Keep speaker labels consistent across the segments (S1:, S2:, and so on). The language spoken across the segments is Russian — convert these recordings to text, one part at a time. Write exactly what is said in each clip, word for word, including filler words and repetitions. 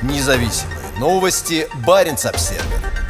S1: Независимые новости. Баренц-Обсервер.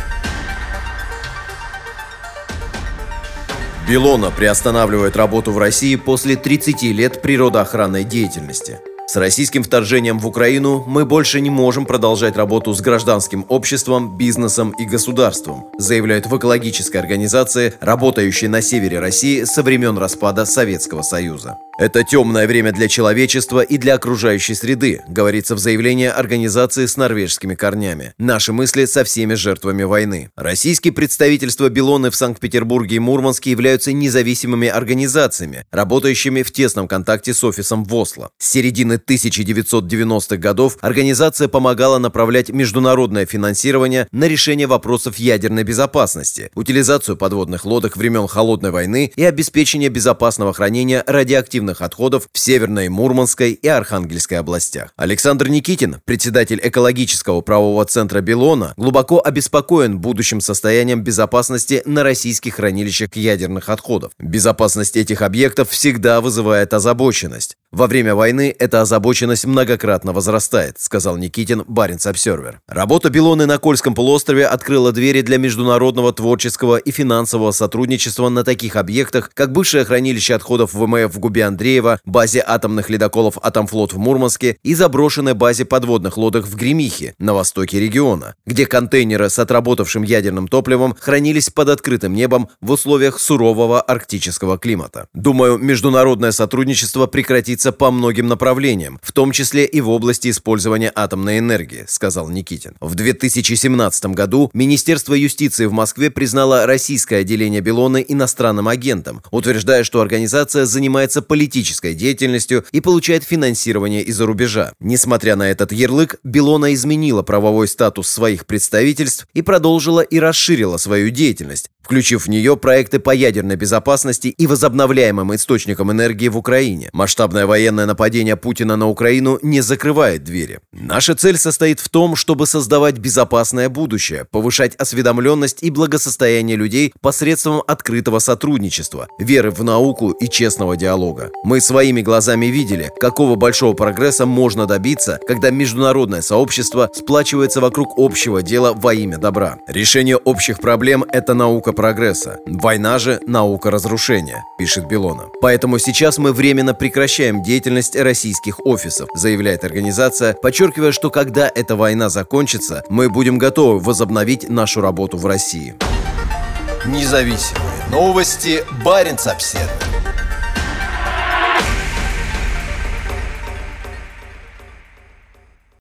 S2: Беллона приостанавливает работу в России после тридцати лет природоохранной деятельности. С российским вторжением в Украину мы больше не можем продолжать работу с гражданским обществом, бизнесом и государством, заявляют в экологической организации, работающей на севере России со времен распада Советского Союза. «Это темное время для человечества и для окружающей среды», говорится в заявлении организации с норвежскими корнями. «Наши мысли со всеми жертвами войны». Российские представительства Беллоны в Санкт-Петербурге и Мурманске являются независимыми организациями, работающими в тесном контакте с офисом в Осло. С середины тысяча девятьсот девяностых годов организация помогала направлять международное финансирование на решение вопросов ядерной безопасности, утилизацию подводных лодок времен Холодной войны и обеспечение безопасного хранения радиоактивных отходов в Северной, Мурманской и Архангельской областях. Александр Никитин, председатель экологического правового центра Беллона, глубоко обеспокоен будущим состоянием безопасности на российских хранилищах ядерных отходов. Безопасность этих объектов всегда вызывает озабоченность. Во время войны эта озабоченность многократно возрастает, сказал Никитин Баренц-Обсервер. Работа Беллоны на Кольском полуострове открыла двери для международного творческого и финансового сотрудничества на таких объектах, как бывшее хранилище отходов ВМФ в Губе-Андреево, базе атомных ледоколов «Атомфлот» в Мурманске и заброшенной базе подводных лодок в Гремихе, на востоке региона, где контейнеры с отработавшим ядерным топливом хранились под открытым небом в условиях сурового арктического климата. Думаю, международное сотрудничество прекратится по многим направлениям, в том числе и в области использования атомной энергии, сказал Никитин. В две тысячи семнадцатом году Министерство юстиции в Москве признало российское отделение Беллоны иностранным агентом, утверждая, что организация занимается политической деятельностью и получает финансирование из-за рубежа. Несмотря на этот ярлык, Беллона изменила правовой статус своих представительств и продолжила и расширила свою деятельность, включив в нее проекты по ядерной безопасности и возобновляемым источникам энергии в Украине. Масштабное военное нападение Путина на Украину не закрывает двери. Наша цель состоит в том, чтобы создавать безопасное будущее, повышать осведомленность и благосостояние людей посредством открытого сотрудничества, веры в науку и честного диалога. Мы своими глазами видели, какого большого прогресса можно добиться, когда международное сообщество сплачивается вокруг общего дела во имя добра. Решение общих проблем – это наука прогресса. Война же – наука разрушения, пишет Беллона. Поэтому сейчас мы временно прекращаем деятельность российских офисов, заявляет организация, подчеркивая, что когда эта война закончится, мы будем готовы возобновить нашу работу в России.
S1: Независимые новости. Баренц-Обсервер.